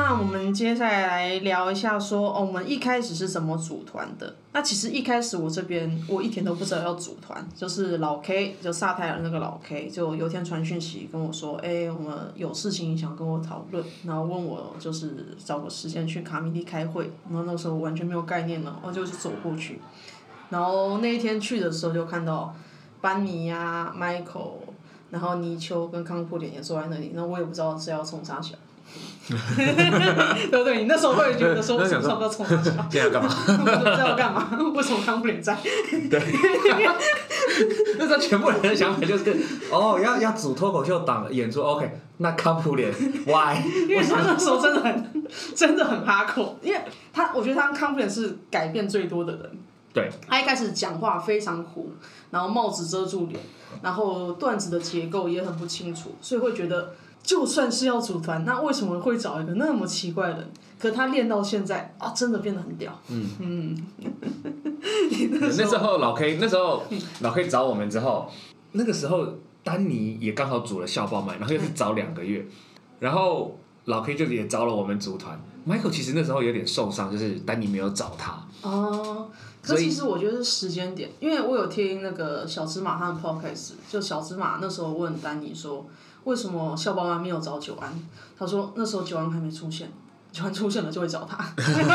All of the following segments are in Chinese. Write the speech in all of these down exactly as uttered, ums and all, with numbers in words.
那我们接下来来聊一下说，哦，我们一开始是怎么组团的？那其实一开始我这边我一点都不知道要组团，就是老 K 就萨泰尔那个老 K 就有一天传讯息跟我说，哎、欸，我们有事情想跟我讨论，然后问我就是找个时间去卡米蒂开会，然后那时候我完全没有概念了，我就走过去，然后那一天去的时候就看到班尼呀、啊、Michael， 然后泥鳅跟康普脸也坐在那里，那我也不知道是要冲啥小。对不对？你那时候会觉得说，为什么要冲他笑？ 现在要干嘛？ 不知道要干嘛？为什么康普脸在？ 对，那时候全部人的想法就是，哦，要要组脱口秀档演出 ，OK， 那康普脸 ，Why？ 因为他那时候真的很真的很哈扣，因为他我觉得他康普脸是改变最多的人。 对。 他一开始讲话非常糊，然后帽子遮住脸，然后段子的结构也很不清楚，所以会觉得。就算是要组团，那为什么会找一个那么奇怪的人？可他练到现在啊，真的变得很屌。嗯嗯。 那时候老 K， 那时候老 K 找我们之后，那个时候丹尼也刚好组了校报麦，然后又是早两个月，然后老 K 就也招了我们组团。Michael 其实那时候有点受伤，就是丹尼没有找他。 哦。可其实我觉得是时间点，因为我有听那个小芝麻他的 podcast， 就小芝麻那时候问丹尼说。为什么校报妈没有找九安？他说那时候九安还没出现，九安出现了就会找他。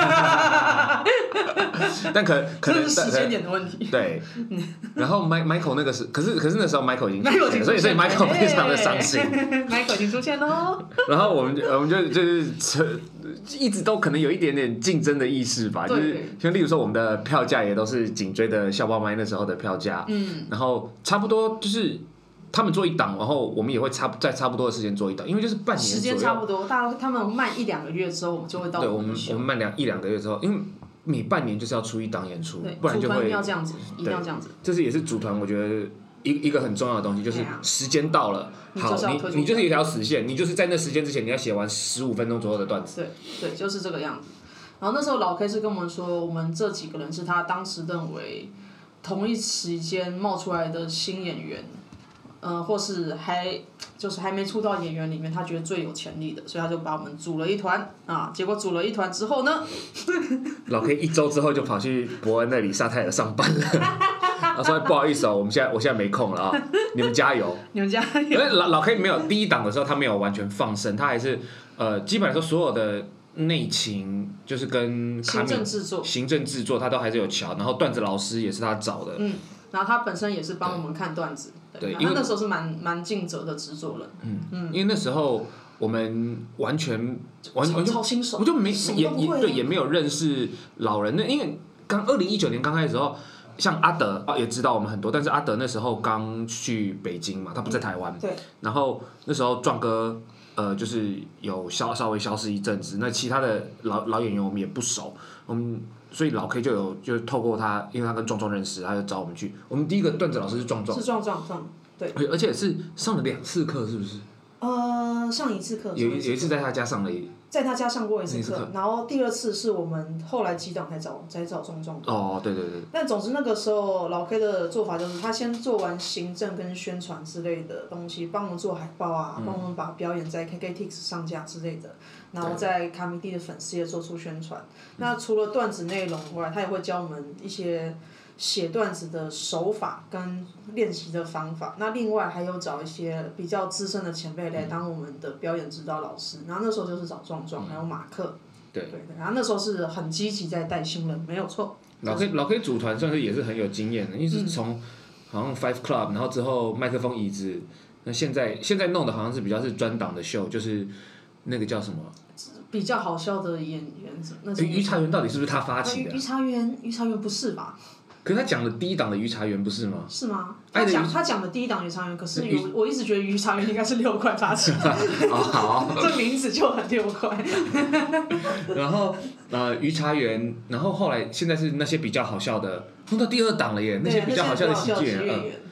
但可可能这是时间点的问题。 对。然后 Michael 那个是，可是可是那时候 Michael 已经出现了，所以所以 Michael 非常的伤心。 Michael 已经出现喽。 然后我们我们就就是一直都可能有一点点竞争的意识吧，就是像例如说我们的票价也都是紧追的校报麦那时候的票价，嗯，然后差不多就是。他们做一档，然后我们也会差在差不多的时间做一档，因为就是半年左右。时间差不多，大概他们慢一两个月之后，我们就会到。 对，我们我们慢两一两个月之后，因为每半年就是要出一档演出，不然就会。 组团要这样子，一定要这样子。 这是也是组团，我觉得一一个很重要的东西，就是时间到了，好，你你就是一条死线，你就是在那时间之前，你要写完十五分钟左右的段子。 对对，就是这个样子。然后那时候老 K 是跟我们说，我们这几个人是他当时认为同一时间冒出来的新演员。呃，或是还就是还没出道演员里面，他觉得最有潜力的，所以他就把我们组了一团啊。结果组了一团之后呢， 老 K 一周之后就跑去伯恩那里沙泰尔上班了。他说不好意思哦，我们现在我现在没空了啊，你们加油。 你们加油。 因为老老 K 没有第一档的时候，他没有完全放生，他还是呃，基本上说所有的内勤就是跟行政制作， 行政制作他都还是有瞧，然后段子老师也是他找的。 嗯。然后他本身也是帮我们看段子，对，他那时候是蛮蛮尽责的制作人。 嗯嗯，因为那时候我们完全完完全超新手， 我就没也也对也没有认识老人，那因为刚二零一九年刚开始的时候，像阿德也知道我们很多，但是阿德那时候刚去北京嘛，他不在台湾， 对， 然后那时候壮哥呃就是有消稍微消失一阵子，那其他的老老演员我们也不熟，我们。所以老 K 就有就透过他，因为他跟壮壮认识，他就找我们去。我们第一个段子老师是壮壮， 是壮壮壮，对。 而且是上了两次课，是不是？ 呃，上一次课。 有有一次在他家上了一。 在他家上过一次课，然后第二次是我们后来几档才找才找壮壮。 哦，对对对。 但总之那个时候老 K 的做法就是他先做完行政跟宣传之类的东西，帮我们做海报啊，帮、嗯、我们把表演在 K K T X 上架之类的。然后在卡米蒂的粉丝页做出宣传。那除了段子内容以外，他也会教我们一些写段子的手法跟练习的方法。那另外还有找一些比较资深的前辈来当我们的表演指导老师。然后那时候就是找壮壮还有马克。 对对然后那时候是很积极在带新人，没有错。 老 K 老 K 组团算是也是很有经验的，因为是从好像 Five Club， 然后之后麦克风椅子，那现在现在弄的好像是比较是专档的秀，就是那个叫什么？ 比较好笑的演员，那种。 鱼茶园到底是不是他发起的？ 鱼茶园，鱼茶园不是吧？ 可是他讲的第一档的鱼茶园不是吗？ 是吗？他讲他讲的第一档鱼茶园，可是有我一直觉得鱼茶园应该是六块发起的。 哦好。 这名字就很六块。 然后呃鱼茶园，然后后来现在是那些比较好笑的，弄到第二档了耶，那些比较好笑的喜剧演员。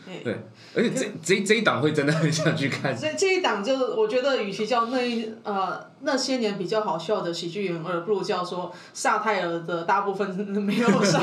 对，而且这这这一档会真的很想去看。 这这一档就我觉得，与其叫那一呃那些年比较好笑的喜剧演员，而不如叫说萨泰尔的大部分没有上。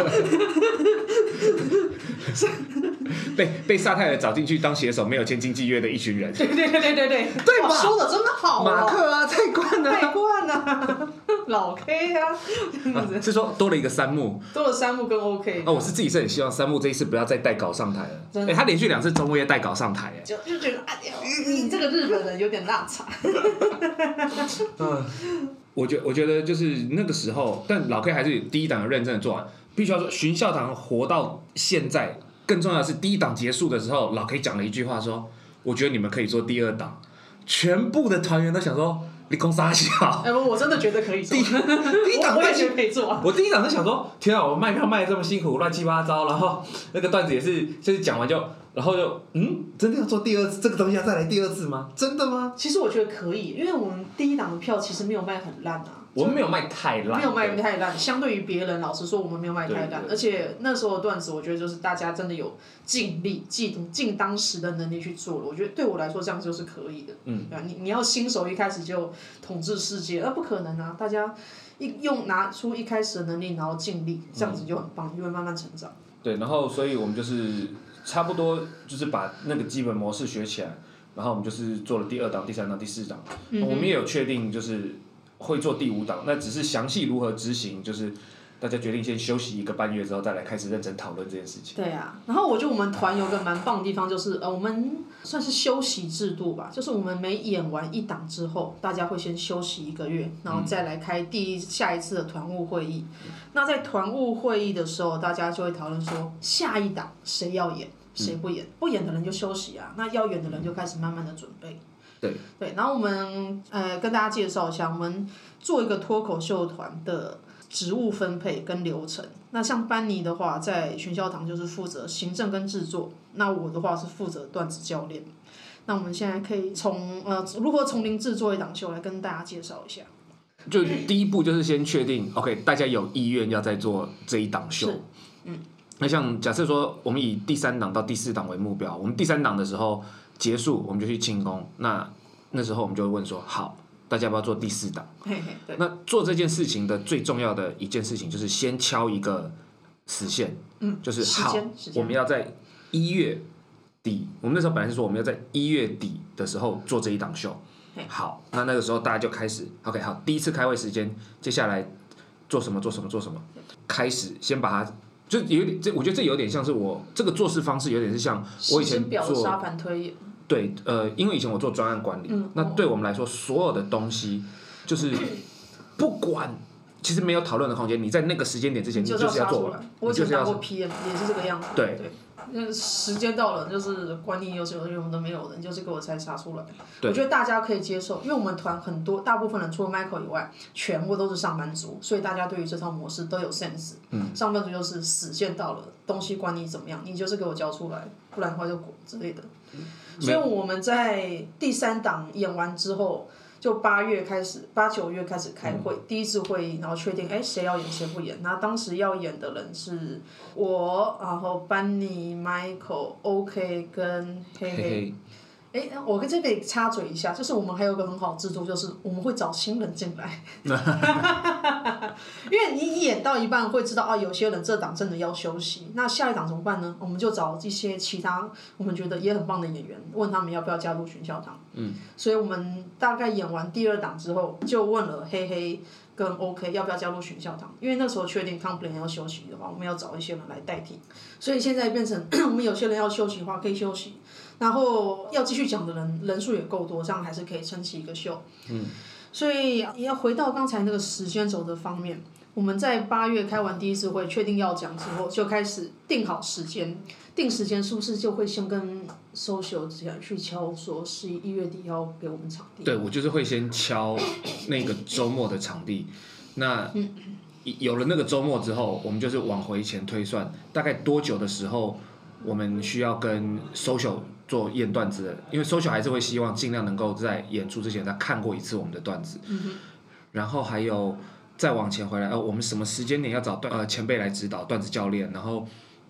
被被萨泰尔找进去当写手，没有签经纪约的一群人。 对对对对对对， 对吧？ 说的真的好、哦。 马克啊，泰冠啊， 泰冠啊，老 K 啊， 啊是说多了一个三木， 多了三木跟 OK。 哦，我是自己是很希望三木这一次不要再带稿上台了。 真的， 欸、他连续两次周末夜带稿上台，哎， 就就觉得哎呀，你这个日本人有点烂惨。 嗯，我觉我觉得就是那个时候，但老 K 还是第一档认真的做完。必须要说，巡校堂活到现在，更重要的是第一档结束的时候，老 K 讲了一句话说：“我觉得你们可以做第二档。”全部的团员都想说：“你公三小。” 哎、欸，我真的觉得可以做。第第一档我也觉得可以做、啊。 我第一档是想说：“天啊，我卖票卖的这么辛苦，乱七八糟。”然后那个段子也是，就是讲完就，然后就嗯，真的要做第二次这个东西要再来第二次吗？真的吗？ 其实我觉得可以，因为我们第一档的票其实没有卖很烂啊。 我们没有卖太烂， 没有卖太烂。相对于别人，老实说，我们没有卖太烂。而且那时候的段子，我觉得就是大家真的有尽力、尽尽当时的能力去做了。我觉得对我来说，这样就是可以的。嗯，对吧？你你要新手一开始就统治世界，那不可能啊！大家一用拿出一开始的能力，然后尽力，这样子就很棒，你就会慢慢成长。 对，然后所以我们就是差不多就是把那个基本模式学起来，然后我们就是做了第二档、第三档、第四档。嗯、我们也有确定就是。会做第五档，那只是详细如何执行，就是大家决定先休息一个半月之后，再来开始认真讨论这件事情。 对啊，然后我觉得我们团有个蛮棒的地方，就是呃，我们算是休息制度吧，就是我们每演完一档之后，大家会先休息一个月，然后再来开第一下一次的团务会议。嗯、那在团务会议的时候，大家就会讨论说，下一档谁要演，谁不演，嗯、不演的人就休息啊，那要演的人就开始慢慢的准备。 对, 对，然后我们呃跟大家介绍一下，我们做一个脱口秀团的职务分配跟流程。那像班尼的话，在全校堂就是负责行政跟制作，那我的话是负责段子教练。那我们现在可以从呃如何从零制作一档秀来跟大家介绍一下。 就第一步就是先确定 ，OK， 大家有意愿要再做这一档秀。嗯。那像假设说，我们以第三档到第四档为目标，我们第三档的时候。结束我们就去庆功，那那时候我们就会问说，好，大家要不要做第四档？ 嘿嘿对那做这件事情的最重要的一件事情就是先敲一个死线，嗯，就是好，我们要在一月底，我们那时候本来是说我们要在一月底的时候做这一档秀，好，那那个时候大家就开始 ，OK， 好，第一次开会时间，接下来做什么做什么做什么，开始先把它。就有点，这我觉得这有点像是我这个做事方式，有点是像我以前做沙盘推演。 对，呃，因为以前我做专案管理，嗯、那对我们来说，所有的东西就是不管，其实没有讨论的空间。你在那个时间点之前，你就是要做完。 我以前当过 P M， 也是这个样子。 对对。那时间到了，就是管你有什么用都没有的，你就是给我才杀出来。我觉得大家可以接受，因为我们团很多，大部分人除了 Michael 以外，全部都是上班族，所以大家对于这套模式都有 sense。嗯。上班族就是死线到了，东西管你怎么样，你就是给我交出来，不然的话就滚之类的。所以我们在第三档演完之后。就八月开始，八九月开始开会，嗯、第一次会议，然后确定，哎，谁要演谁不演。那当时要演的人是我，然后班尼、Michael、OK 跟黑黑。哎，我跟这边插嘴一下，就是我们还有一个很好的制度，就是我们会找新人进来，因为你演到一半会知道啊，有些人这档真的要休息，那下一档怎么办呢？我们就找一些其他我们觉得也很棒的演员，问他们要不要加入巡校堂。嗯，所以我们大概演完第二档之后，就问了黑黑跟 OK 要不要加入巡校堂，因为那时候确定 Complan 要休息的话，我们要找一些人来代替，所以现在变成我们有些人要休息的话可以休息。然后要继续讲的人人数也够多，这样还是可以撑起一个秀。嗯，所以也要回到刚才那个时间轴的方面，我们在八月开完第一次会，确定要讲之后，就开始定好时间。定时间是不是就会先跟 social 去敲说是一月底要给我们场地？ 对，我就是会先敲那个周末的场地。那有了那个周末之后，我们就是往回前推算，大概多久的时候我们需要跟 social做验段子的，因为 social 还是会希望尽量能够在演出之前他看过一次我们的段子，嗯、然后还有再往前回来，呃，我们什么时间点要找段呃前辈来指导段子教练，然后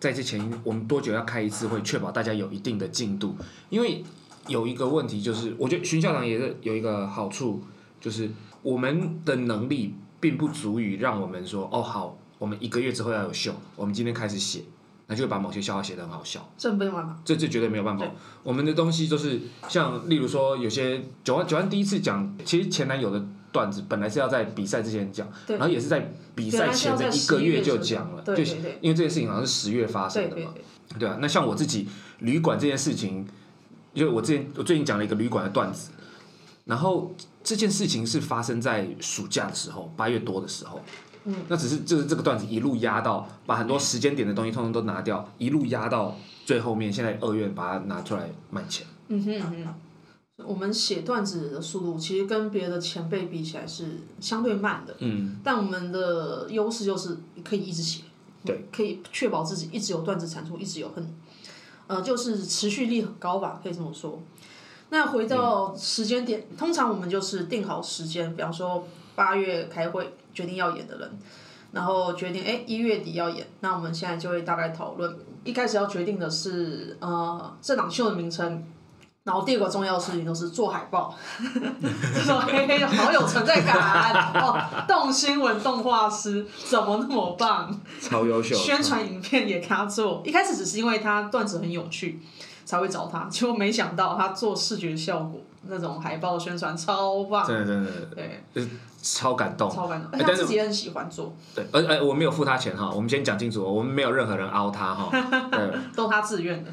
在之前我们多久要开一次会，确保大家有一定的进度。因为有一个问题就是，我觉得巡校长也是有一个好处，就是我们的能力并不足以让我们说，哦好，我们一个月之后要有秀，我们今天开始写，那就会把某些笑话写得很好笑。 这没有办法， 这这绝对没有办法。我们的东西都是像，例如说有些九安九安第一次讲，其实前男友的段子本来是要在比赛之前讲，然后也是在比赛前的一个月就讲了， 对对对就因为这件事情好像是十月发生的嘛，对, 对, 对, 对啊。那像我自己旅馆这件事情，因为我之前我最近讲了一个旅馆的段子，然后这件事情是发生在暑假的时候，八月多的时候。嗯、那只是就是这个段子一路压到，把很多时间点的东西通通都拿掉，一路压到最后面，现在二月把它拿出来卖钱。 嗯哼嗯哼。我们写段子的速度其实跟别的前辈比起来是相对慢的，嗯，但我们的优势就是可以一直写， 对， 可以确保自己一直有段子产出，一直有很，呃，就是持续力很高吧，可以这么说。那回到时间点，嗯、通常我们就是定好时间，比方说八月开会决定要演的人，然后决定哎一月底要演，那我们现在就会大概讨论，一开始要决定的是呃这档秀的名称。然后第二个重要的事情就是做海报，这种黑黑的好有存在感哦。动新闻动画师怎么那么棒？ 超优秀。 宣传影片也给他做，一开始只是因为他段子很有趣才会找他，结果没想到他做视觉效果，那种海报宣传超棒。 真的真的。 对。 就是超感动。 超感动，而且他自己也很喜欢做。 对，而而我没有付他钱哈，我们先讲清楚，我们没有任何人凹他哈。对。 都他自愿的。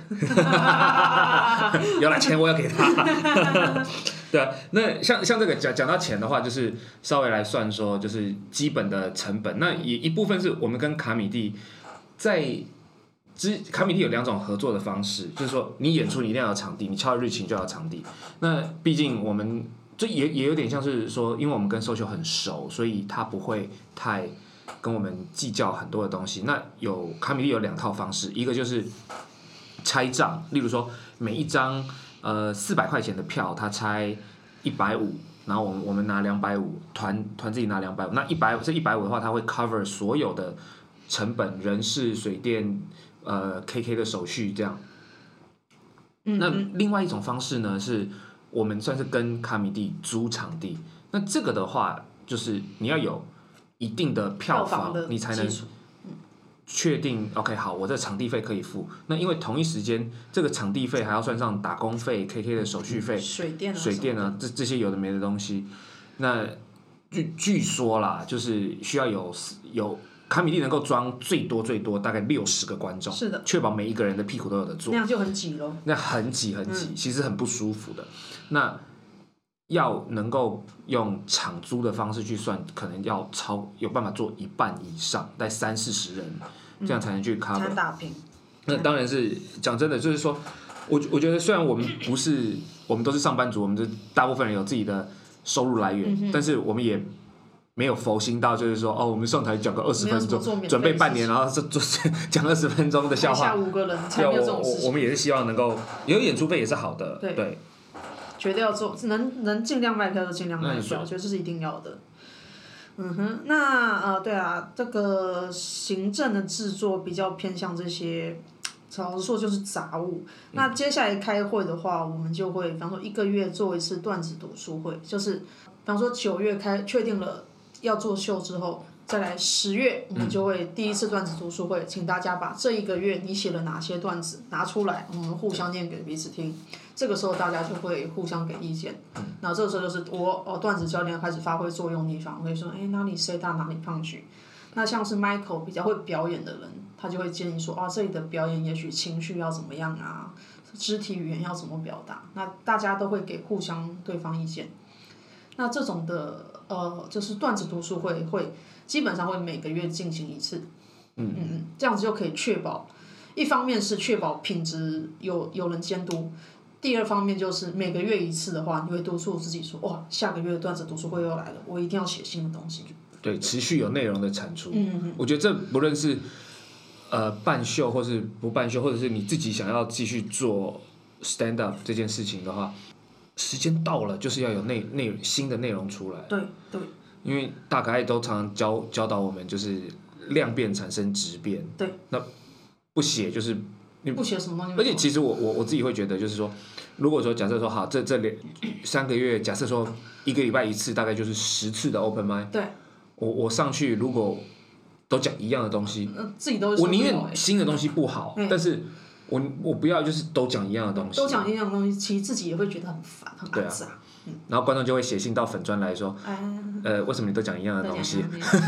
有了钱我要给他。对啊，那像像这个讲讲到钱的话，就是稍微来算说，就是基本的成本。那也一部分是我们跟卡米蒂在之卡米蒂有两种合作的方式，就是说你演出你一定要有场地，你敲日期就要有场地。那毕竟我们这也也有点像是说，因为我们跟 social 很熟，所以他不会太跟我们计较很多的东西。那有卡米蒂有两套方式，一个就是拆账，例如说每一张呃四百块钱的票，他拆一百五，然后我们我们拿两百五，团团自己拿两百五。那一百这一百五的话，他会 cover 所有的成本，人事、水电、呃 K K 的手续这样。那另外一种方式呢，是我们算是跟卡米蒂租场地。那这个的话，就是你要有一定的票房，你才能确定 OK 好，我这场地费可以付。那因为同一时间，这个场地费还要算上打工费、K K 的手续费、 水电啊、 水电啊这这些有的没的东西。那据据说啦，就是需要有有卡米蒂能够装最多最多大概六十个观众， 是的， 确保每一个人的屁股都有得坐。 那样就很挤咯。 那很挤很挤，嗯、其实很不舒服的。那要能够用场租的方式去算，可能要超有办法做一半以上，大概三四十人，这样才能去 cover。才能打平。 那当然是讲真的，就是说，我我觉得虽然我们不是，我们都是上班族，我们就大部分人有自己的收入来源，嗯、但是我们也没有佛心到，就是说哦，我们上台讲个二十分钟，准备半年，然后就就讲二十分钟的笑话， 台下五个人才没有这种事情。 我我们也是希望能够有演出费也是好的， 对。 对绝对要做，能能尽量卖票就尽量卖票，我觉得这是一定要的。嗯哼，那呃对啊，这个行政的制作比较偏向这些，老实说就是杂物。嗯、那接下来开会的话，我们就会，比方说一个月做一次段子读书会，就是比方说九月开确定了要做秀之后。再来十月，我们就会第一次段子读书会，请大家把这一个月你写了哪些段子拿出来，我们互相念给彼此听。这个时候大家就会互相给意见。然后这个时候就是我哦，段子教练开始发挥作用地方，会说，哎，哪里 say 大，哪里胖举。那像是 Michael 比较会表演的人，他就会建议说，啊，这里的表演也许情绪要怎么样啊，肢体语言要怎么表达。那大家都会给互相对方意见。那这种的呃，就是段子读书会会。基本上会每个月进行一次，嗯嗯嗯，这样子就可以确保，一方面是确保品质有有人监督，第二方面就是每个月一次的话，你会督促自己说，哇，下个月的段子读书会又来了，我一定要写新的东西。 对，持续有内容的产出。 嗯嗯嗯， 我觉得这不论是呃办秀或是不办秀，或者是你自己想要继续做 stand up 这件事情的话，时间到了就是要有内内新的内容出来。 对对。 因为大概都常常教教导我们，就是量变产生质变。 对。 那不写就是你不写什么东西。 而且其实我我我自己会觉得就是说，如果说假设说好这这两三个月，假设说一个礼拜一次，大概就是十次的 open mic。 对。 我我上去如果都讲一样的东西， 呃、自己都我宁愿新的东西不好，但是我我不要就是都讲一样的东西。 都讲一样的东西，其实自己也会觉得很烦很阿杂。 嗯、然后观众就会写信到粉专来说，哎、呃，为什么你都讲一样的东西？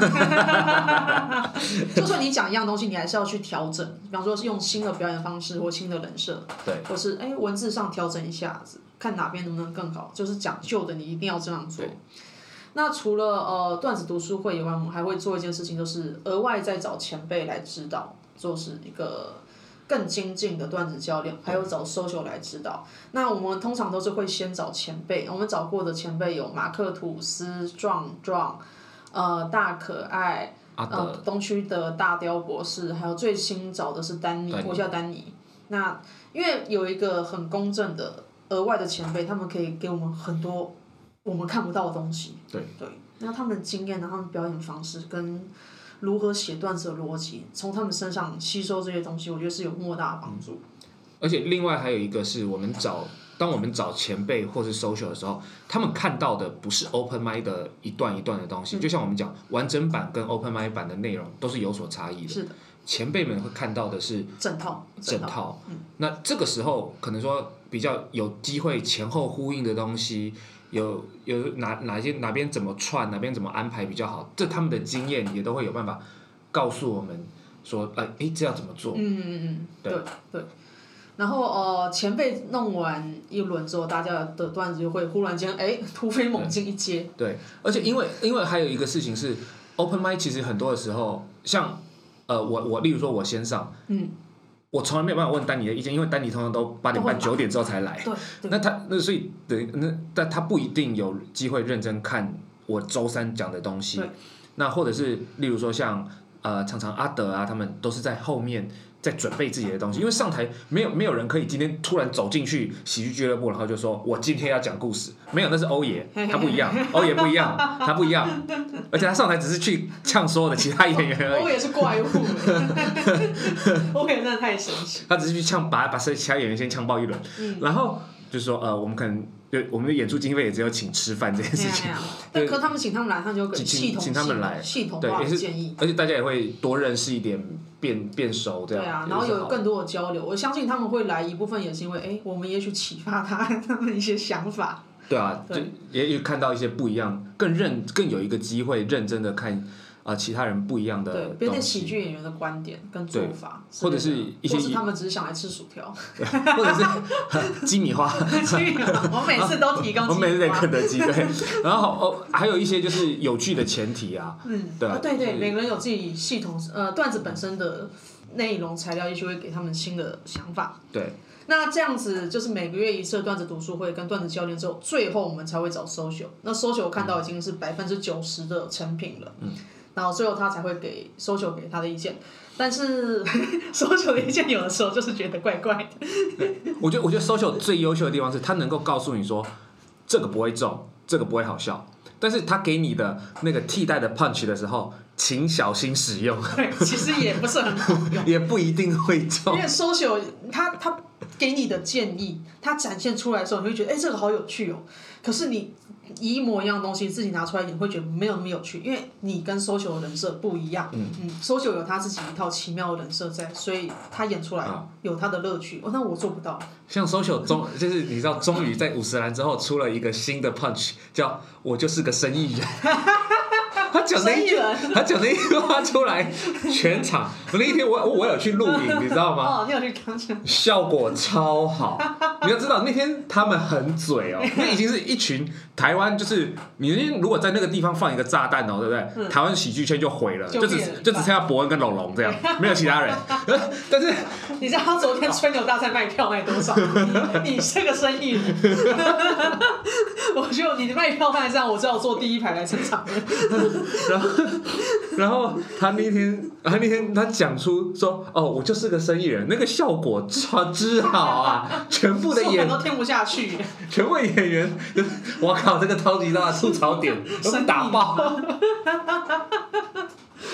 就算你讲一样东西，你还是要去调整，比方说是用新的表演方式或新的人设， 对， 或是哎文字上调整一下子，看哪边能不能更好。就是讲旧的，你一定要这样做。那除了呃段子读书会以外，我们还会做一件事情，就是额外再找前辈来指导，就是一个更精进的段子教练，还有找 social 来指导。那我们通常都是会先找前辈，我们找过的前辈有马克吐斯、壮壮、呃大可爱、呃东区的大雕博士，还有最新找的是丹尼，我叫丹尼。那因为有一个很公正的额外的前辈，他们可以给我们很多我们看不到的东西。 对。 对。那他们的经验，然后他们表演方式跟如何写段子的逻辑，从他们身上吸收这些东西，我觉得是有莫大的帮助。 而且另外还有一个是我们找，当我们找前辈或是 social 的时候，他们看到的不是 open mic 的一段一段的东西，嗯、就像我们讲完整版跟 open mic 版的内容都是有所差异的。 是的。 前辈们会看到的是整套。 整套。整套嗯、 那这个时候可能说比较有机会前后呼应的东西。有有哪哪些哪边怎么串，哪边怎么安排比较好，这他们的经验也都会有办法告诉我们说，哎、欸、哎，这要怎么做？ 嗯嗯嗯，对对。然后呃，前辈弄完一轮之后，大家的段子就会忽然间哎突飞猛进一阶。 对，而且因为因为还有一个事情是 ，open mic 其实很多的时候，像呃我我例如说我先上，嗯。我从来没有办法问丹尼的意见，因为丹尼通常都八点半、九点之后才来。 对。 那他那所以等于那但他不一定有机会认真看我周三讲的东西。那或者是例如说像呃常常阿德啊，他们都是在后面在准备自己的东西，因为上台没有没有人可以今天突然走进去喜剧俱乐部，然后就说我今天要讲故事，没有，那是欧爷，他不一样，欧爷不一样，他不一样，而且他上台只是去呛所有的其他演员而已。 欧爷是怪物，欧爷真的太神奇。 他只是去呛把把其他演员先呛爆一轮，嗯、然后就是说呃我们可能。对，我们的演出经费也只有请吃饭这件事情。 对，可他们请他们来，他就给系统请他们来系统化的建议， 而且大家也会多认识一点，变变熟这样。 对啊，然后有更多的交流。我相信他们会来一部分也是因为，哎，我们也许启发他他们一些想法。 对啊，就也也看到一些不一样，更认更有一个机会认真的看。啊、呃，其他人不一样的东西， 对，别的喜剧演员的观点跟做法， 或者是一些， 或是他们只是想来吃薯条， 或者是鸡米花， 鸡米花，我每次都提供鸡米花， 我每次在肯德基，对，然后哦，还有一些就是有趣的前提啊， 嗯，对、啊，对对，每个人有自己系统，呃，段子本身的内容材料，也许会给他们新的想法， 对。 那这样子就是每个月一次的段子读书会跟段子教练之后，最后我们才会找 social， 那 social 看到已经是百分之九十的成品了，嗯。然后最后他才会给 social 给他的意见，但是 social 的意见有的时候就是觉得怪怪的。 我觉得我觉得 social 最优秀的地方是他能够告诉你说这个不会中，这个不会好笑，但是他给你的那个替代的 punch 的时候，请小心使用。 对，其实也不是很好用， 也不一定会中。 因为 social 他他给你的建议，他展现出来的时候，你会觉得哎、欸、这个好有趣哦，可是你。一模一样的东西自己拿出来演，会觉得没有那么有趣，因为你跟 social 的人设不一样。嗯嗯 ，social 有他自己一套奇妙的人设在，所以他演出来有他的乐趣。哦，那我做不到。像 social 终就是你知道，终于在五十岚之后出了一个新的 punch， 叫我就是个生意人。他讲那一句，他讲那一句话出来，全场。我那一天我我有去录影，你知道吗？ 哦，你有去看？ 效果超好。你要知道那天他们很嘴哦，那已经是一群台湾，就是你如果在那个地方放一个炸弹哦，对不对？嗯、台湾喜剧圈就毁了，就只就只剩下伯恩跟龙龙这样，没有其他人。但是你知道他昨天吹牛大赛卖票卖多少？你, 你是个生意人。我觉得你的卖票卖这样，我知道我坐第一排来撑场面。 然后，然后他那天，他那天他讲出说，哦，我就是个生意人，那个效果超之好啊！全部的演员都听不下去， 全部演员，我靠，这个超级大的吐槽点，都被打爆。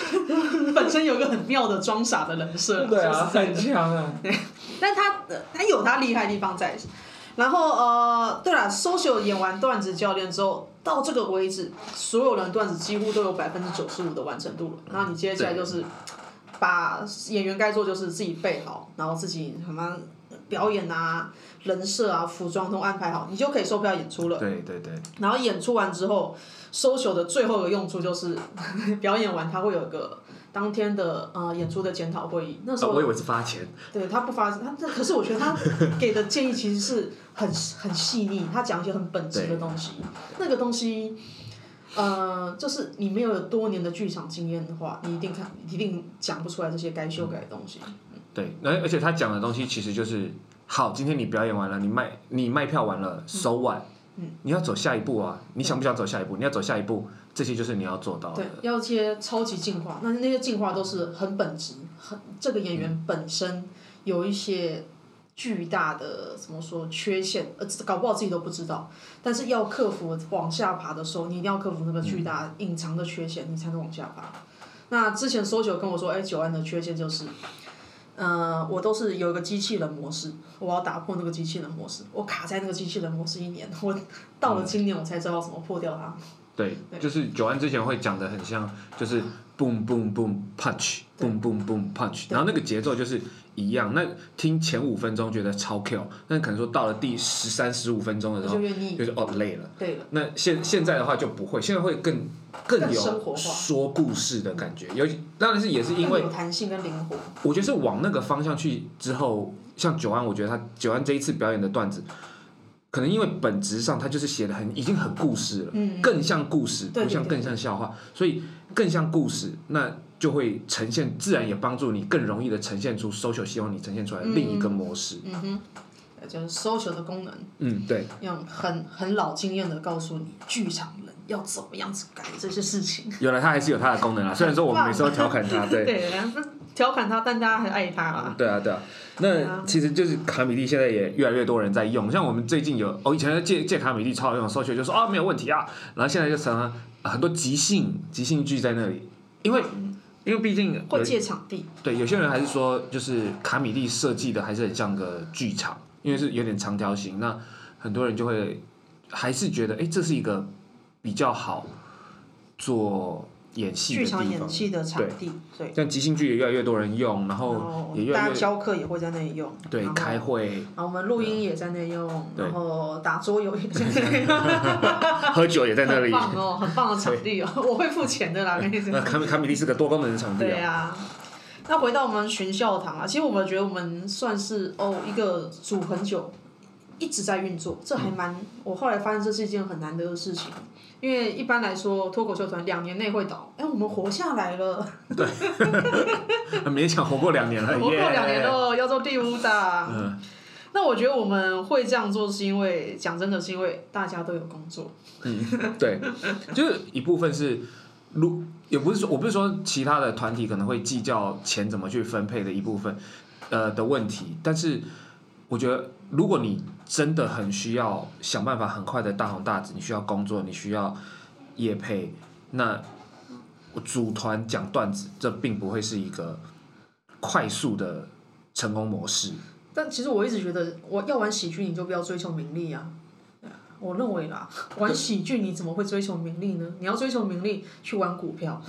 本身有一个很妙的装傻的人设， 对啊，很强啊。 对，但他他有他厉害的地方在。然后呃，对了 ，social 演完段子教练之后，到这个为止，所有人的段子几乎都有百分之九十五的完成度了。然后你接下来就是把演员该做就是自己背好，然后自己什么表演啊、人设啊、服装都安排好，你就可以售票演出了。 对对对。 然后演出完之后 ，social 的最后一个用处就是表演完，它会有一个。当天的呃演出的检讨会议，那时候、 哦、我以为是发钱。 对他不发，他可是我觉得他给的建议其实是很很细腻，他讲一些很本质的东西。那个东西，呃，就是你没有多年的剧场经验的话，你一定看一定讲不出来这些该修改的东西。嗯、 对，而而且他讲的东西其实就是好，今天你表演完了，你卖你卖票完了，收完。嗯，你要走下一步啊！你想不想走下一步？你要走下一步，这些就是你要做到的。 对，要一些超级进化，那那些进化都是很本质，很这个演员本身有一些巨大的怎么说缺陷，呃，搞不好自己都不知道。但是要克服往下爬的时候，你一定要克服那个巨大隐藏的缺陷，你才能往下爬。那之前搜九跟我说，哎，九安的缺陷就是。呃，我都是有一个机器人模式，我要打破那个机器人模式，我卡在那个机器人模式一年，我到了今年我才知道怎么破掉它。 对，对就是九安之前会讲的很像，就是 boom boom boom punch，boom boom boom punch， 然后那个节奏就是一样。那听前五分钟觉得超 Q， 但可能说到了第十三十五分钟的时候，就是哦累了。 对了。 那现现在的话就不会，现在会更更有说故事的感觉，尤其当然是也是因为有弹性跟灵活。 我觉得是往那个方向去之后，像九安，我觉得他九安这一次表演的段子。可能因为本质上他就是写的很已经很故事了，嗯、更像故事，不像更像笑话，所以更像故事，那就会呈现，自然也帮助你更容易的呈现出 social 希望你呈现出来的另一个模式。 嗯, 嗯哼，就是 social 的功能。 嗯，对。 用很很老经验的告诉你，剧场人要怎么样子改这些事情。 原来他还是有他的功能啊，虽然说我们每次都调侃他，对。 对，调侃他，但大家还爱他啊。 对啊，对啊。那其实就是卡米蒂现在也越来越多人在用，像我们最近有，哦，以前借借卡米蒂超好用，搜学就说啊没有问题啊，然后现在就成了很多即兴即兴剧在那里，因为因为毕竟会借场地。 对，有些人还是说就是卡米蒂设计的还是很像个剧场，因为是有点长条形，那很多人就会还是觉得哎这是一个比较好做。演戏的地方， 剧场演戏的场地，对， 像即兴剧也越来越多人用，然后也越来越大家教课也会在那里用， 对，开会， 然后我们录音也在那里用，然后打桌游也在那里用， 喝酒也在那里， 很棒哦，很棒的场地哦，我会付钱的啦，跟你说。 那卡米卡米蒂是个多功能的场地啊。 对啊，那回到我们群校堂啊，其实我们觉得我们算是哦一个组很久，一直在运作，这还蛮，嗯、我后来发现这是一件很难得的事情。因为一般来说，脱口秀团两年内会倒，哎，我们活下来了。 对，勉强活过两年了。 活过两年了，要做第五档。嗯。那我觉得我们会这样做，是因为讲真的，是因为大家都有工作。 嗯，对，就是一部分是，如也不是说，我不是说其他的团体可能会计较钱怎么去分配的一部分，呃的问题，但是我觉得。如果你真的很需要想办法很快的大红大紫，你需要工作，你需要业配，那组团讲段子，这并不会是一个快速的成功模式。 但其实我一直觉得，我要玩喜剧，你就不要追求名利啊。我认为啦，玩喜剧你怎么会追求名利呢？你要追求名利，去玩股票，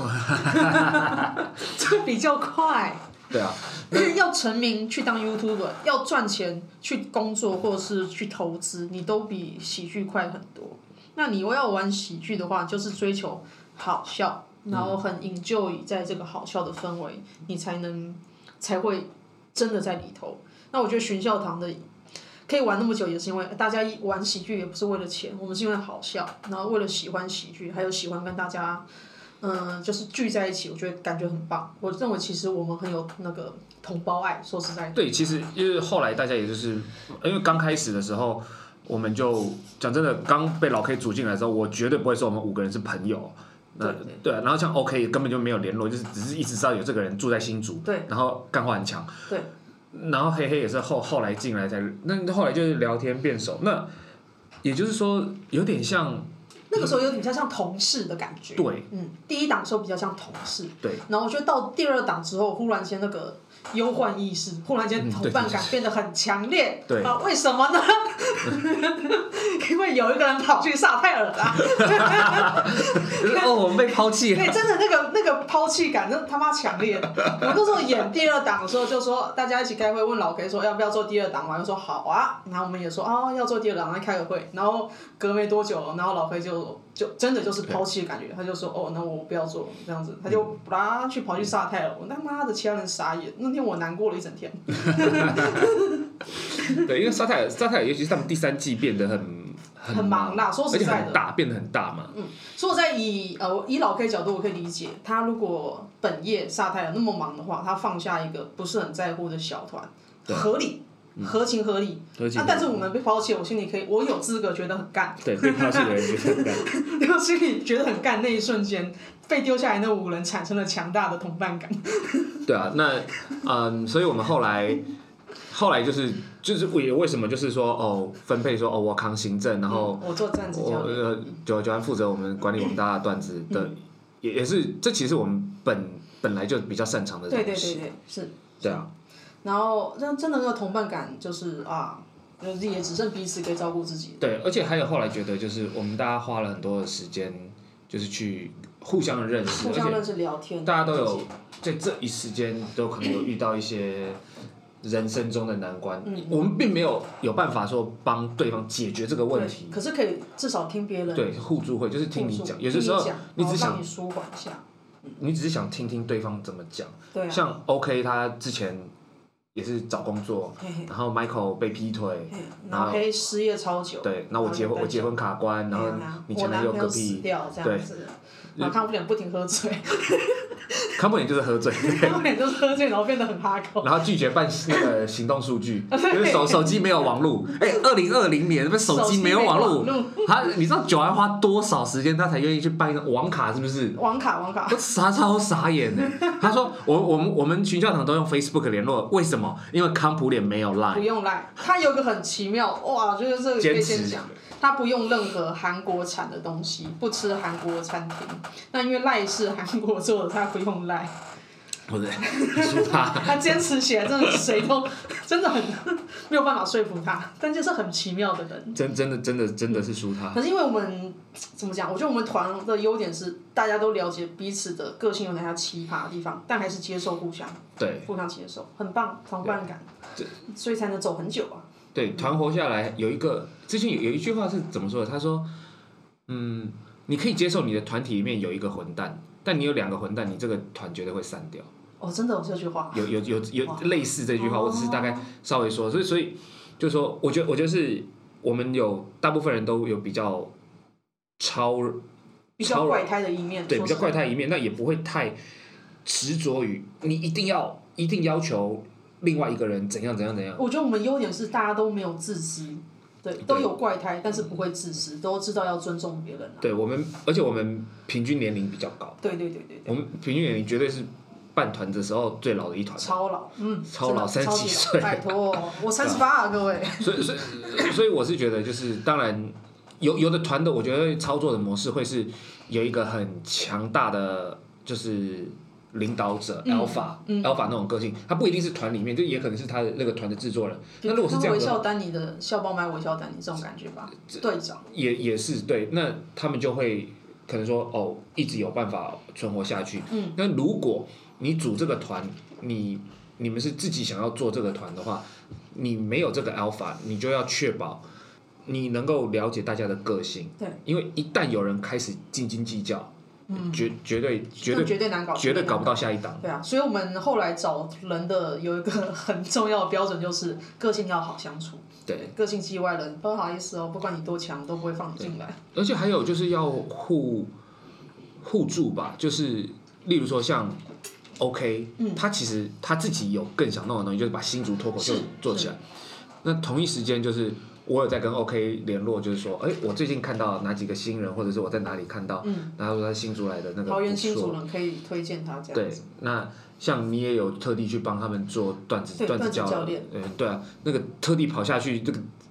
这比较快。 对啊， 要成名去当 YouTuber， 要赚钱去工作或者是去投资，你都比喜剧快很多。那你要玩喜剧的话，就是追求好笑，然后很 enjoy 在这个好笑的氛围，你才能才会真的在里头。那我觉得群校堂的可以玩那么久，也是因为大家玩喜剧也不是为了钱，我们是因为好笑，然后为了喜欢喜剧，还有喜欢跟大家。嗯，就是聚在一起，我觉得感觉很棒。我认为其实我们很有那个同胞爱，说实在的。 对，其实因为后来大家也就是，因为刚开始的时候，我们就讲真的，刚被老 K 组进来的时候，我绝对不会说我们五个人是朋友。 对对。 对，然后像 OK 根本就没有联络，就是只是一直知道有这个人住在新竹， 对， 然后干话很强。 对。 然后黑黑也是后后来进来才，那后来就是聊天变熟，那也就是说有点像。 那个时候有点比较像同事的感觉。 对， 嗯，第一档的时候比较像同事。 对。 然后我觉得到第二档之后，忽然间那个忧患意识，忽然间同伴感变得很强烈。 对。 啊，为什么呢？因为有一个人跑去萨泰尔啦。 哦，我们被抛弃了。 对，真的那个那个抛弃感，真的他妈强烈。我那时候演第二档的时候，就说大家一起开会，问老 K 说要不要做第二档嘛，就说好啊。然后我们也说啊要做第二档，来开个会。然后隔没多久，然后老 K 就就真的就是抛弃的感觉，他就说哦，那我不要做这样子，他就啦去跑去萨泰尔。我他妈的其他人傻眼，那天我难过了一整天。 对，因为沙泰尔，沙泰尔尤其是他们第三季变得很很, 很忙啦，说实在的， 而且很大，变得很大嘛。 嗯，说实在以呃以老 K 角度，我可以理解，他如果本业沙泰尔那么忙的话，他放下一个不是很在乎的小团，合理。合情合理， 合情合理啊！但是我们被抛弃，我心里可以，我有资格觉得很干。 对，被抛弃的人觉得很干。 我心里觉得很干，那一瞬间被丢下来那五个人产生了强大的同伴感。 对啊，那嗯，所以我们后来后来就是就是为为什么就是说哦分配说哦我扛行政，然后、 嗯、我做段子教练， 我九九安负责我们管理我们大家的段子的，嗯、也也是这其实我们本本来就比较擅长的东西。 对对对对，是。 对啊。 然后，这真的那个同伴感就是啊，就是也只剩彼此可以照顾自己。 对，而且还有后来觉得，就是我们大家花了很多的时间，就是去互相的认识， 互相认识聊天， 大家都有在这一时间都可能有遇到一些人生中的难关。嗯、我们并没有有办法说帮对方解决这个问题， 可是可以至少听别人。 对，互助会就是听你讲，有些时候你只想你舒缓一下， 你只是想听听对方怎么讲。 对、啊。 像 OK 他之前。也是找工作， 嘿嘿然后 Michael 被劈腿， 然后黑失业超久， 对，那我结婚我结婚卡关，然后你前男友嗝屁， 对，然后康普脸不停喝醉， 康普脸就是喝醉， 康普脸就是喝醉，然后变得很哈口， 然后拒绝办那个行动数据，就是手手机没有网路，哎，二零二零年那边手机没有网路，他你知道九安花多少时间他才愿意去办一张网卡是不是？ 网卡网卡， 我傻超傻眼的，他说我我们我们群教堂都用 Facebook 联络，为什么？因为康普脸没有 Line， 不用 Line， 他有个很奇妙哇，就是这个可以先讲，他不用任何韩国产的东西，不吃韩国餐厅。那因为 Line 是韩国做的，他不用 Line。 不是，输他。 他坚持起来，真的谁都真的很没有办法说服他，但就是很奇妙的人。 真真的真的真的是输他。 可是因为我们怎么讲？我觉得我们团的优点是大家都了解彼此的个性有哪些奇葩的地方，但还是接受互相， 对， 互相接受，很棒，同伴感，所以才能走很久啊。 对，团活下来有一个之前有有一句话是怎么说的？他说，嗯，你可以接受你的团体里面有一个混蛋，但你有两个混蛋，你这个团绝对会散掉。 哦，真的有这句话。 有有有有类似这句话，我只是大概稍微说，所以所以就是说，我觉得我觉得是我们有大部分人都有比较超比较怪胎的一面， 对，比较怪胎的一面，那也不会太执着于你一定要一定要求另外一个人怎样怎样怎样。 我觉得我们优点是大家都没有自私。对，都有怪胎，但是不会自私，都知道要尊重别人、啊。 对我们，而且我们平均年龄比较高。 对对对 对, 对我们平均年龄绝对是办团的时候最老的一团。 超老，嗯。 超老，三十几岁。 拜托，我三十八啊，各位。 所以所以所以我是觉得，就是当然有有的团的，我觉得操作的模式会是有一个很强大的，就是领导者、嗯、alpha、嗯、alpha 那种个性，他不一定是团里面，就也可能是他的那个团的制作人。那如果是这样的， 微笑丹尼的笑包买微笑丹尼这种感觉吧，队长也也是对，那他们就会可能说哦，一直有办法存活下去。嗯，那如果你组这个团，你你们是自己想要做这个团的话，你没有这个 alpha， 你就要确保你能够了解大家的个性。 对， 因为一旦有人开始斤斤计较。嗯、绝绝对绝对绝对难搞， 绝对搞不到下一档。 对啊，所以我们后来找人的有一个很重要的标准，就是个性要好相处。 对， 个性叽歪人不好意思哦，不管你多强都不会放你进来。 而且还有就是要互互助吧，就是例如说像 OK，、嗯、他其实他自己有更想弄的东西，就是把新竹脱口秀做起来。那同一时间就是。我有在跟 OK 联络，就是说，哎，我最近看到哪几个新人，或者是我在哪里看到，嗯、然后说他新竹来的那个， 桃园新竹人可以推荐他这样子。 对，那像你也有特地去帮他们做段子段子教练，嗯，对啊，那个特地跑下去，这个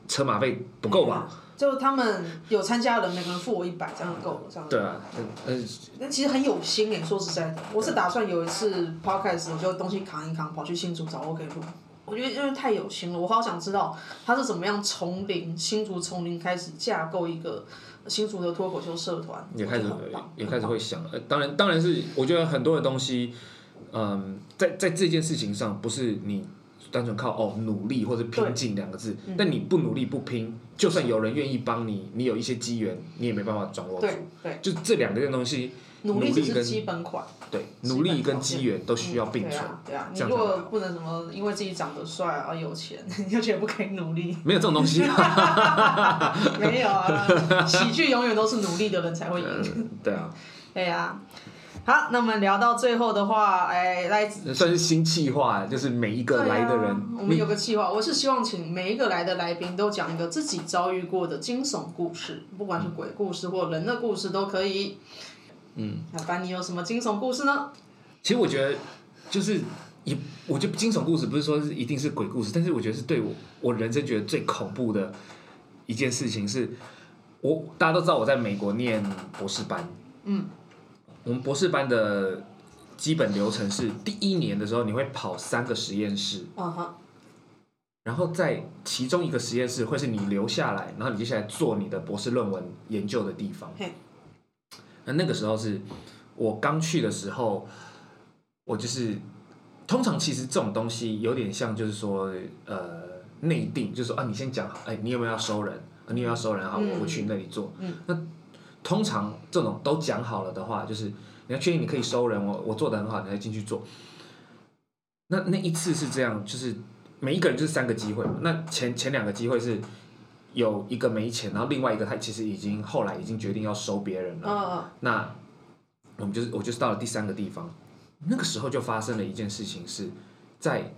车马费不够吧？ 就他们有参加的人，每个人付我一百，这样够了，这样。 对啊，嗯， 那其实很有心哎，说实在的，我是打算有一次 podcast， 我就东西扛一扛，跑去新竹找我给录。我觉得因为太有心了，我好想知道他是怎么样从零新竹从零开始架构一个新竹的脱口秀社团。 也开始也开始会想，呃，当然当然是我觉得很多的东西，嗯，在在这件事情上，不是你单纯靠哦努力或者拼劲两个字，嗯，但你不努力不拼，就算有人愿意帮你，你有一些机缘，你也没办法掌握住。 对对， 就这两个东西。 努力只是基本款， 对，努力跟机缘都需要并存。 嗯、对啊，对啊，你如果不能什么，因为自己长得帅啊、有钱，你就觉得不可以努力。没有这种东西。 没有啊，喜剧永远都是努力的人才会赢。 嗯、对啊。 对啊。好，那我们聊到最后的话，哎，来算是新企划，就是每一个来的人，啊、 我们有个企划，我是希望请每一个来的来宾都讲一个自己遭遇过的惊悚故事，不管是鬼故事或人的故事都可以。嗯，那班你有什么惊悚故事呢？ 其实我觉得，就是也，我觉得惊悚故事不是说是一定是鬼故事，但是我觉得是对我我人生觉得最恐怖的一件事情是，我大家都知道我在美国念博士班，嗯，我们博士班的基本流程是第一年的时候你会跑三个实验室，嗯哼，然后在其中一个实验室会是你留下来，然后你接下来做你的博士论文研究的地方。那那个时候是我刚去的时候，我就是通常其实这种东西有点像就是说呃内定，就是说啊你先讲好，哎你有没有要收人？啊、你有没有要收人？好，我去那里做。嗯、那通常这种都讲好了的话，就是你要确定你可以收人，我我做得很好，你才进去做。那那一次是这样，就是每一个人就是三个机会嘛。那前前两个机会是。有一个没钱，然后另外一个他其实已经后来已经决定要收别人了。Oh. 那我们就是我就是到了第三个地方，那个时候就发生了一件事情，是在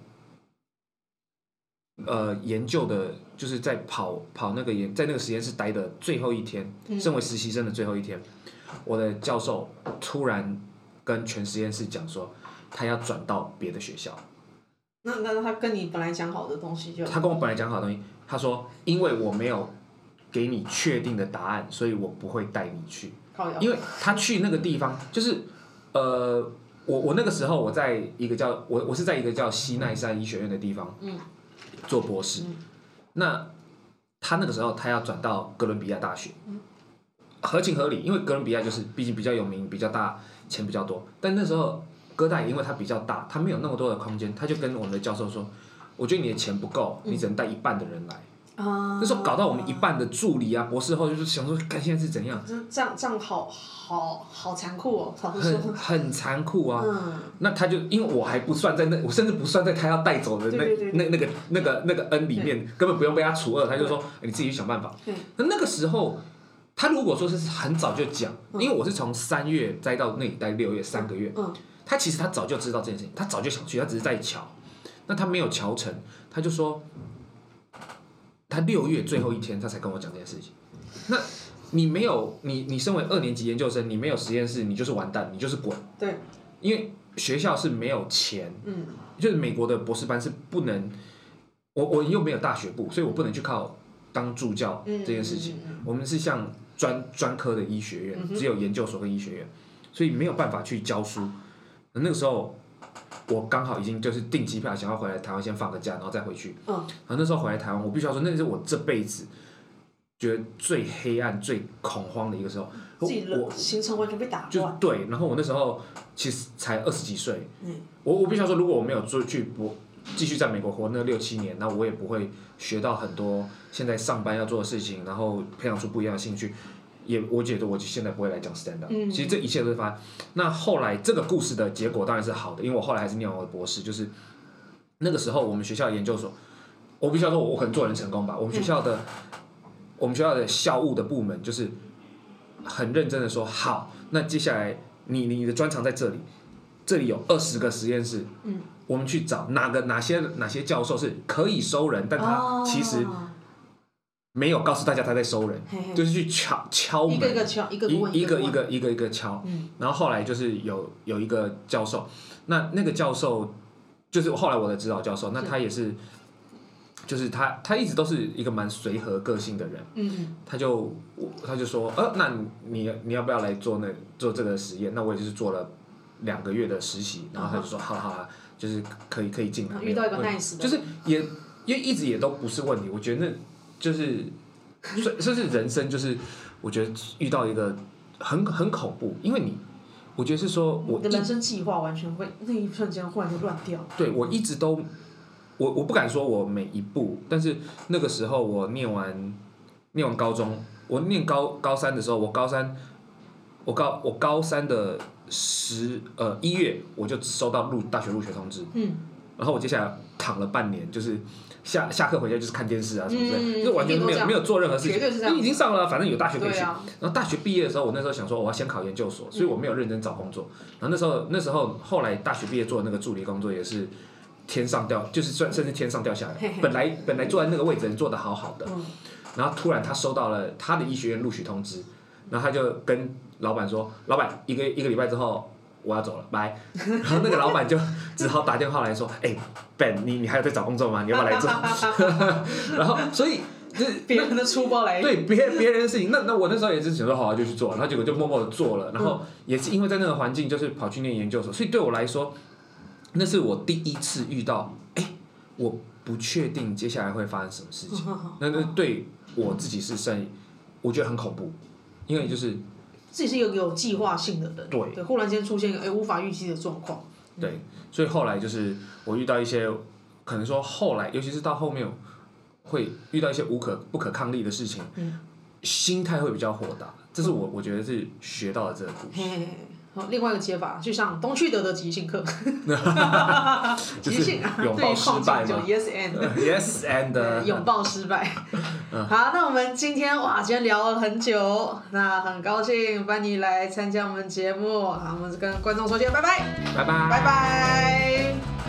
呃研究的，就是在跑跑那个研在那个实验室待的最后一天，身为实习生的最后一天，我的教授突然跟全实验室讲说，他要转到别的学校。 那那他跟你本来讲好的东西就？ 他跟我本来讲好的东西。他说：“因为我没有给你确定的答案，所以我不会带你去。因为他去那个地方，就是呃，我我那个时候我在一个叫我我是在一个叫西奈山医学院的地方，嗯，做博士。嗯、那他那个时候他要转到哥伦比亚大学，嗯、合情合理，因为哥伦比亚就是毕竟比较有名、比较大、钱比较多。但那时候哥大也因为它比较大，它没有那么多的空间，他就跟我们的教授说。”我觉得你的钱不够，你只能带一半的人来。嗯、那时候搞到我们一半的助理啊、博士后就是想说，看现在是怎样？ 这样这样好好好残酷哦， 很很残酷啊。嗯、那他就因为我还不算在那，我甚至不算在他要带走的那对对对那那个那个那个 N 里面，根本不用被他除二，他就说、欸、你自己去想办法。那那个时候，他如果说是很早就讲，因为我是从三月待到那里待六月三个月，嗯、他其实他早就知道这件事情，他早就想去，他只是在瞧。那他没有瞧成，他就说，他六月最后一天他才跟我讲这件事情。那你没有你你身为二年级研究生，你没有实验室，你就是完蛋，你就是滚。 对。 因为学校是没有钱，嗯，就是美国的博士班是不能，我我又没有大学部，所以我不能去靠当助教这件事情。嗯嗯嗯、我们是像专专科的医学院，嗯、只有研究所跟医学院，所以没有办法去教书。那个时候。我刚好已经就是订机票，想要回来台湾先放个假，然后再回去。嗯。然后那时候回来台湾，我必须要说，那是我这辈子觉得最黑暗、最恐慌的一个时候。 自己的行程完全被打乱。就对，然后我那时候其实才二十几岁。嗯。我我必须要说，如果我没有做去我继续在美国活那六七年，那我也不会学到很多现在上班要做的事情，然后培养出不一样的兴趣。也我觉得我现在不会来讲 stand up，、嗯、其实这一切都是发生。那后来这个故事的结果当然是好的，因为我后来还是念完我的博士，就是那个时候我们学校的研究所，我必须要说我可能做人成功吧。我们学校的、嗯、我们学校的校务的部门就是很认真的说，好，那接下来你你的专长在这里，这里有二十个实验室，嗯、我们去找哪个哪些哪些教授是可以收人，但他其实。哦没有告诉大家他在收人，嘿嘿就是去敲敲门， 一个一个敲，一个一个一个一个一个一个敲。嗯、然后后来就是有有一个教授，那那个教授就是后来我的指导教授，那他也是就是他他一直都是一个蛮随和个性的人， 嗯， 他就他就说，呃，那你你要不要来做那做这个实验？那我也就是做了两个月的实习，然后他就说，好了好了，就是可以可以进来。 遇到一个 nice 的， 就是也因为一直也都不是问题，我觉得那就是，这是人生，就是我觉得遇到一个很很恐怖，因为你。我觉得是说，我的人生计划完全会那一瞬间忽然就乱掉。 对，我一直都，我我不敢说我每一步，但是那个时候我念完念完高中，我念高高三的时候，我高三，我高我高三的十呃一月我就收到入大学入学通知， 嗯， 然后我接下来躺了半年，就是下下课回家就是看电视啊什么之类， 嗯、 就完全没有没有做任何事情，因为已经上了，反正有大学可以去。 啊、 然后大学毕业的时候，我那时候想说我要先考研究所，所以我没有认真找工作。然后那时候那时候后来大学毕业做的那个助理工作也是天上掉，就是算甚至天上掉下来。 嘿嘿本来本来坐在那个位置人做的好好的， 嗯、 然后突然他收到了他的医学院录取通知，然后他就跟老板说：“老板，一个一个礼拜之后。”我要走了，拜。然后那个老板就只好打电话来说：“哎、欸、，Ben， 你你还有在找工作吗？你要不要来做？”然后所以就是别人的粗暴来， 对别别人的事情，那那我那时候也是想说好、啊、就去做，然后结果就默默的做了，然后也是因为在那个环境，就是跑去念研究所，所以对我来说，那是我第一次遇到，哎、欸，我不确定接下来会发生什么事情，那那对我自己是甚，我觉得很恐怖，因为就是。 自己是一个有计划性的人， 对， 对，忽然间出现哎无法预期的状况， 对，所以后来就是我遇到一些，可能说后来，尤其是到后面，会遇到一些无可不可抗力的事情， 嗯， 心态会比较豁达，这是我我觉得是学到的这个故事。 嘿嘿嘿好，另外一个解法，就像东区德的即兴课，即兴啊， 拥抱失败就 yes and yes and 拥抱失败。好，那我们今天哇，今天聊了很久，那很高兴班尼来参加我们节目，好，我们跟观众说声拜拜， 拜拜， 拜拜。